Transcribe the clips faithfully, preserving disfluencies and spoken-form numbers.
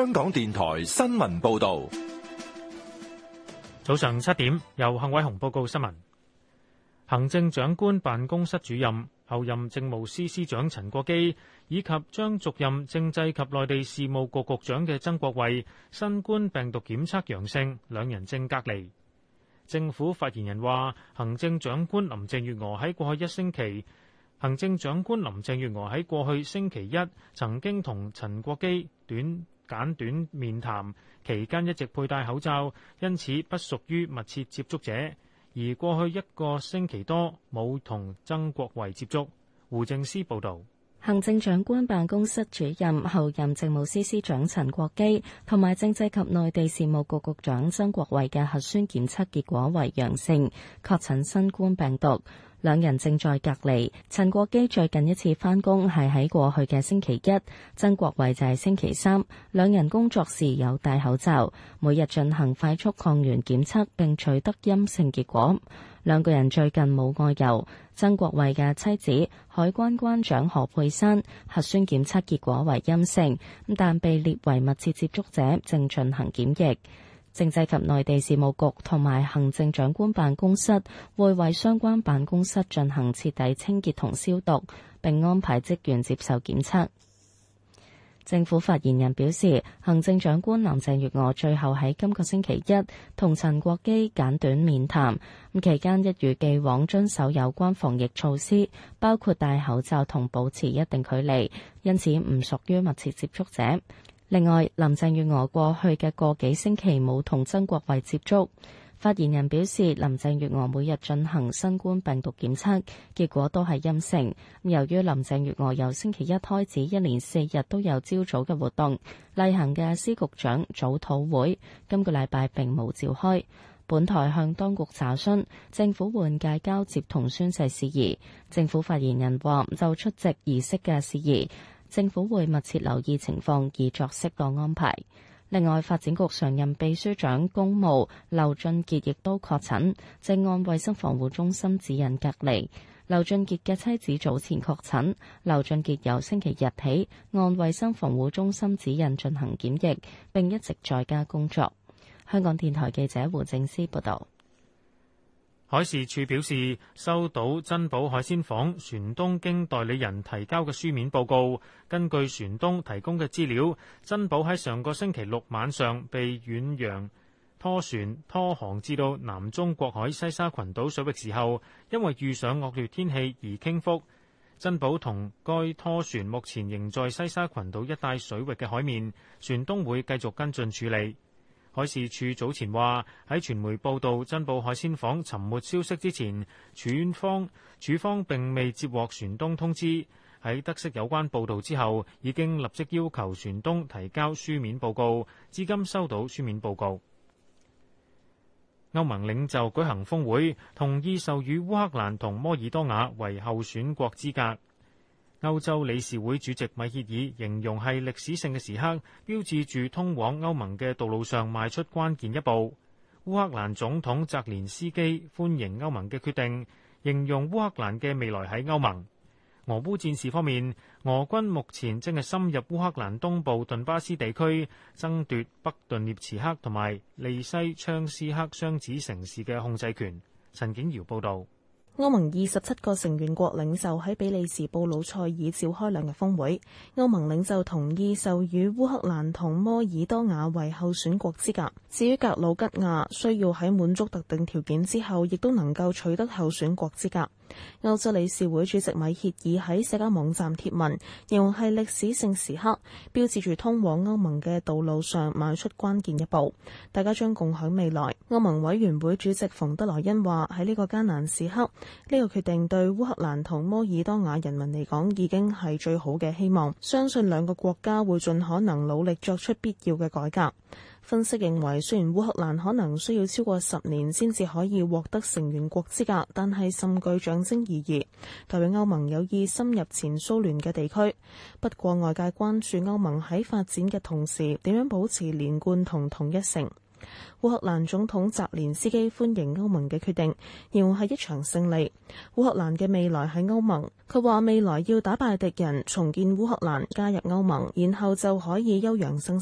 香港電台新聞報道。 早上七點，由幸偉雄報告新聞。行政長官辦公室主任、候任政務司司長陳國基以及將續任政制及內地事務局局長嘅曾國衛新冠病毒檢測陽性，兩人正隔離。政府發言人話，行政長官林鄭月娥喺過去一星期，行政長官林鄭月娥喺過去星期一曾經同陳國基短簡短面談，期間一直佩戴口罩，因此不屬於密切接觸者。而過去一個星期多冇同曾國衛接觸。胡正思報導。 行政長官辦公室主任、候任政務司司長陳國基同埋政制及內地事務局局長曾國衛嘅核酸檢測結果為陽性，確診新冠病毒。兩人正在隔離。陳國基最近一次返工係喺過去嘅星期一，曾國衛就係星期三。兩人工作時有戴口罩，每日進行快速抗原檢測並取得陰性結果。兩個人最近冇外遊。曾國衛嘅妻子海關關長何佩珊核酸檢測結果為陰性，但被列為密切接觸者，正進行檢疫。政制及內地事務局同埋行政長官辦公室會為相關辦公室進行徹底清潔同消毒，並安排職員接受檢測。政府發言人表示，行政長官林鄭月娥最後喺今個星期一同陳國基簡短面談，咁期間一如既往遵守有關防疫措施，包括戴口罩同保持一定距離，因此唔屬於密切接觸者。另外，林鄭月娥過去嘅個幾星期冇同曾國衛接觸。發言人表示，林鄭月娥每日進行新冠病毒檢測，結果都係陰性。由於林鄭月娥由星期一開始一連四日都有朝早嘅活動，例行嘅司局長早討會今個禮拜並冇召開。本台向當局查詢政府換屆交接同宣誓事宜，政府發言人話就出席儀式嘅事宜，政府會密切留意情況而作適當安排。另外，發展局常任秘書長公務劉俊傑亦都確診，正按衛生防護中心指引隔離。劉俊傑嘅妻子早前確診，劉俊傑由星期日起按衛生防護中心指引進行檢疫，並一直在家工作。香港電台記者胡正思報道。 海事處表示，收到珍寶海鮮舫船東經代理人提交嘅書面報告，根據船東提供嘅資料，珍寶喺上個星期六晚上被遠洋拖船拖航至到南中國海西沙群島水域時候，因為遇上惡劣天氣而傾覆。珍寶同該拖船目前仍在西沙群島一帶水域嘅海面，船東會繼續跟進處理。海事處早前話，喺傳媒報道珍寶海鮮舫沉沒消息之前，處方處方並未接獲船東通知。喺得悉有關報道之後，已經立即要求船東提交書面報告，至今收到書面報告。歐盟領袖舉行峰會，同意授予烏克蘭同摩爾多瓦為候選國資格。歐洲理事會主席米歇爾形容係歷史性嘅時刻，標誌住通往歐盟嘅道路上邁出關鍵一步。烏克蘭總統澤連斯基歡迎歐盟嘅決定，形容烏克蘭嘅未來喺歐盟。俄烏戰事方面，俄軍目前正係深入烏克蘭東部頓巴斯地區，爭奪北頓涅茨克同埋利西昌斯克雙子城市嘅控制權。陳景堯報道。 歐盟二十七個成員國領袖喺比利時布魯塞爾召開兩日峰會，歐盟領袖同意授予烏克蘭同摩爾多瓦為候選國資格。至於格魯吉亞，需要喺滿足特定條件之後，亦都能夠取得候選國資格。歐洲理事會主席米歇爾喺社交網站貼文，形容係歷史性時刻，標誌住通往歐盟嘅道路上邁出關鍵一步，大家將共享未來。歐盟委員會主席馮德萊恩話，喺呢個艱難時刻，呢個決定對烏克蘭同摩爾多瓦人民嚟講已經係最好嘅希望，相信兩個國家會盡可能努力作出必要嘅改革。分析認為，雖然烏克蘭可能需要超過十年先至可以獲得成員國資格，但係甚具象徵意義，代表歐盟有意深入前蘇聯嘅地區。不過外界關注歐盟喺發展嘅同時，點樣保持連貫同統一性。烏克蘭總統澤連斯基歡迎歐盟嘅決定，形容係一場勝利。烏克蘭嘅未來喺歐盟，佢話未來要打敗敵人，重建烏克蘭，加入歐盟，然後就可以休養生息。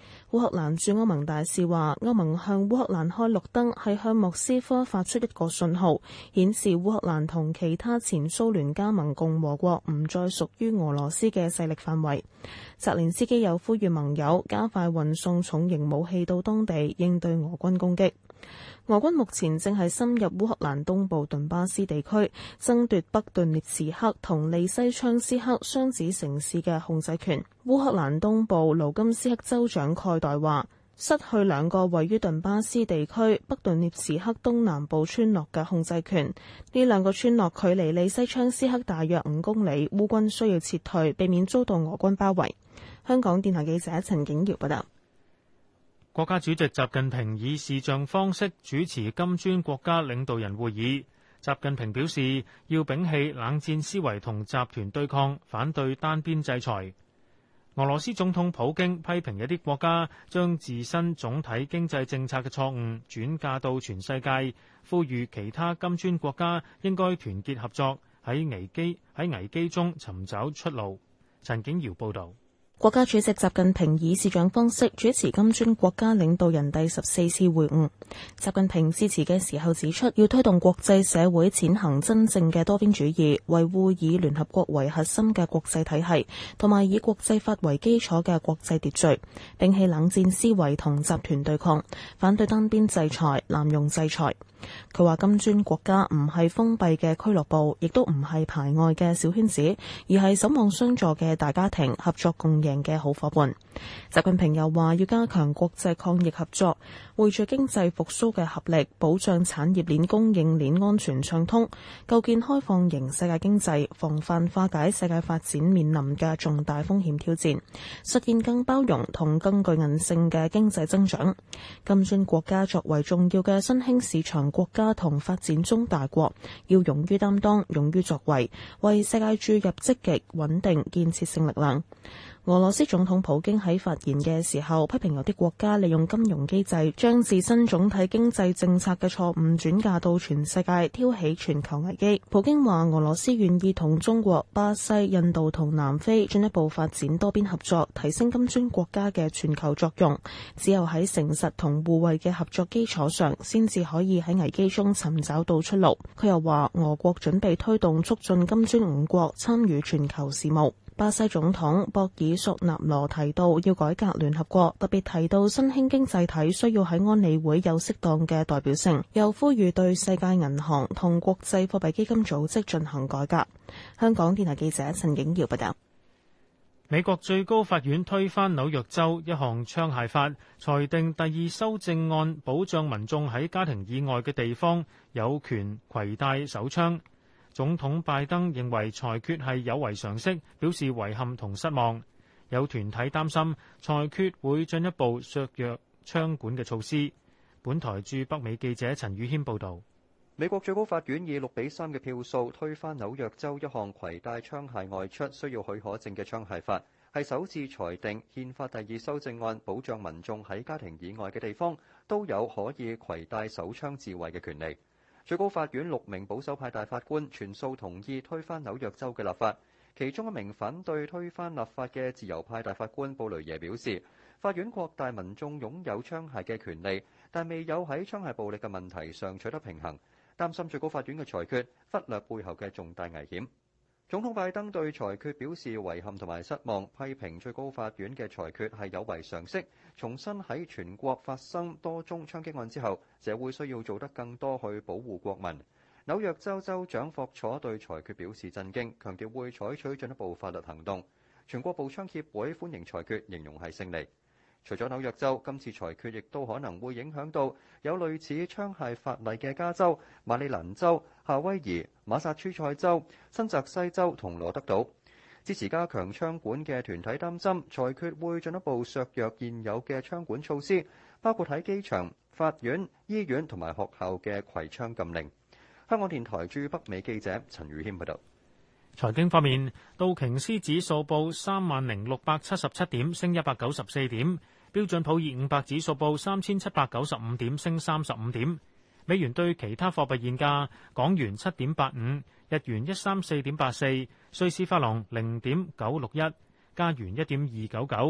烏克蘭駐歐盟大使話，歐盟向烏克蘭開綠燈係向莫斯科發出一個信號，顯示烏克蘭同其他前蘇聯加盟共和國唔再屬於俄羅斯嘅勢力範圍。澤連斯基又呼籲盟友加快運送重型武器到當地，應對俄軍攻擊。俄軍目前正係深入烏克蘭東部頓巴斯地區，爭奪北頓涅茨克同利西昌斯克雙子城市嘅控制權。烏克蘭東部盧甘斯克州長蓋代話，失去兩個位於頓巴斯地區北頓涅茨克東南部村落嘅控制權。呢兩個村落距離利西昌斯克大約五公里，烏軍需要撤退，避免遭到俄軍包圍。香港電台記者陳景瑤報道。 國家主席習近平以視像方式主持金磚國家領導人會議。習近平表示，要摒棄冷戰思維同集團對抗，反對單邊制裁。俄羅斯總統普京批評一啲國家將自身總體經濟政策嘅錯誤轉嫁到全世界，呼籲其他金磚國家應該團結合作，喺危機喺危機中尋找出路。陳景堯報道。 國家主席習近平以視像方式主持金磚國家領導人第十四次會晤。習近平致辭嘅時候指出，要推動國際社會踐行真正嘅多邊主義，維護以聯合國為核心嘅國際體系，同埋以國際法為基礎嘅國際秩序，摒棄冷戰思維同集團對抗，反對單邊制裁、濫用制裁。佢話金磚國家唔係封閉嘅俱樂部，亦都唔係排外嘅小圈子，而係守望相助嘅大家庭，合作共贏嘅好伙伴。習近平又話要加強國際抗疫合作，匯聚經濟復甦嘅合力，保障產業鏈供應鏈安全暢通，構建開放型世界經濟，防範化解世界發展面臨嘅重大風險挑戰，實現更包容同更具韌性嘅經濟增長。金磚國家作為重要嘅新興市場國家同發展中大國，要勇於擔當、勇於作為，為世界注入積極、穩定、建設性力量。俄羅斯總統普京喺發言嘅時候批評有啲國家利用金融機制將自身總體經濟政策嘅錯誤轉嫁到全世界，挑起全球危機。普京話俄羅斯願意同中國、巴西、印度同南非進一步發展多邊合作，提升金磚國家嘅全球作用。只有喺誠實同互惠嘅合作基礎上，先至可以喺危機中尋找到出路。佢又話俄國準備推動促進金磚五國參與全球事務。巴西總統博爾索納羅提到要改革聯合國，特別提到新興經濟體需要喺安理會有適當嘅代表性，又呼籲對世界銀行同國際貨幣基金組織進行改革。香港電台記者陳景瑤報道。 美國最高法院推翻紐約州一項槍械法，裁定第二修正案保障民眾喺家庭以外嘅地方有權攜帶手槍。總統拜登認為裁決係有違常識，表示遺憾同失望。有團體擔心裁決會進一步削弱槍管嘅措施。本台駐北美記者陳宇軒報導。 美國最高法院以六比三嘅票數推翻紐約州一項攜帶槍械外出需要許可證嘅槍械法，係首次裁定憲法第二修正案保障民眾喺家庭以外嘅地方都有可以攜帶手槍自衛嘅權利。最高法院六名保守派大法官全數同意推翻紐約州嘅立法，其中一名反對推翻立法嘅自由派大法官布雷耶表示，法院擴大民眾擁有槍械嘅權利，但未有喺槍械暴力嘅問題上取得平衡，擔心最高法院嘅裁決忽略背後嘅重大危險。總統拜登對裁決表示遺憾同埋失望，批評最高法院嘅裁決係有違常識，重申喺全國發生多宗槍擊案之後，社會需要做得更多去保護國民。紐約州州長霍楚對裁決表示震驚，強調會採取進一步法律行動。全國步槍協會歡迎裁決，形容係勝利。除咗紐約州，今次裁決亦都可能會影響到有類似槍械法例嘅加州、馬里蘭州、夏威夷、馬薩諸塞州、新澤西州同羅德島。支持加強槍管嘅團體擔心，裁決會進一步削弱現有嘅槍管措施，包括喺機場、法院、醫院同埋學校嘅攜槍禁令。香港電台駐北美記者陳宇軒報道。 財經方面，道瓊斯指數報三萬零六百七十七點，升一百九十四點；標準普爾五百指數報三千七百九十五點，升三十五點。美元對其他貨幣現價：港元七點八五，日元一三四點八四，瑞士法郎零點九六一，加元一點二九九，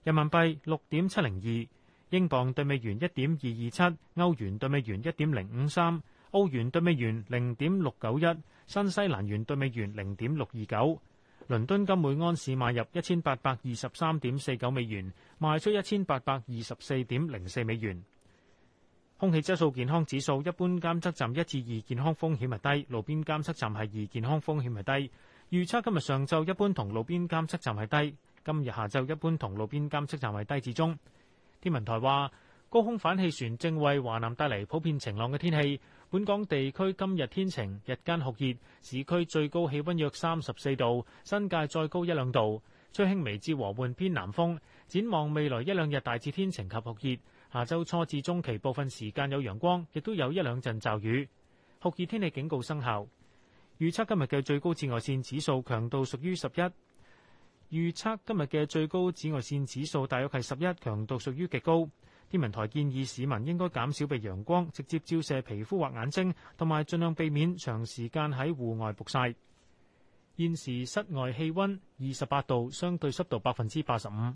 人民幣六點七零二，英鎊對美元一點二二七，歐元對美元一點零五三，澳元對美元零點六九一，新西蘭元對美元零點六二九。倫敦金每安士買入一千八百二十三點四九美元，賣出一千八百二十四點零四美元。空氣質素健康指數，一般監測站一至二，健康風險係低，路邊監測站係二，健康風險係低。預測今日上晝一般同路邊監測站係低，今日下晝一般同路邊監測站係低至中。天文台話，高空反氣旋正為華南帶嚟普遍晴朗嘅天氣。本港地區今日天晴，日間酷熱，市區最高氣溫約三十四度，新界再高一兩度，吹輕微至和緩偏南風。展望未來一兩日大致天晴及酷熱，下週初至中期部分時間有陽光，亦都有一兩陣驟雨。酷熱天氣警告生效。預測今日嘅最高紫外線指數強度屬於十一。預測今日嘅最高紫外線指數大約係十一，強度屬於極高。天文台建議市民應該減少被陽光直接照射皮膚或眼睛，同埋盡量避免長時間喺戶外曝曬。現時室外氣溫二十八度，相對濕度百分之八十五。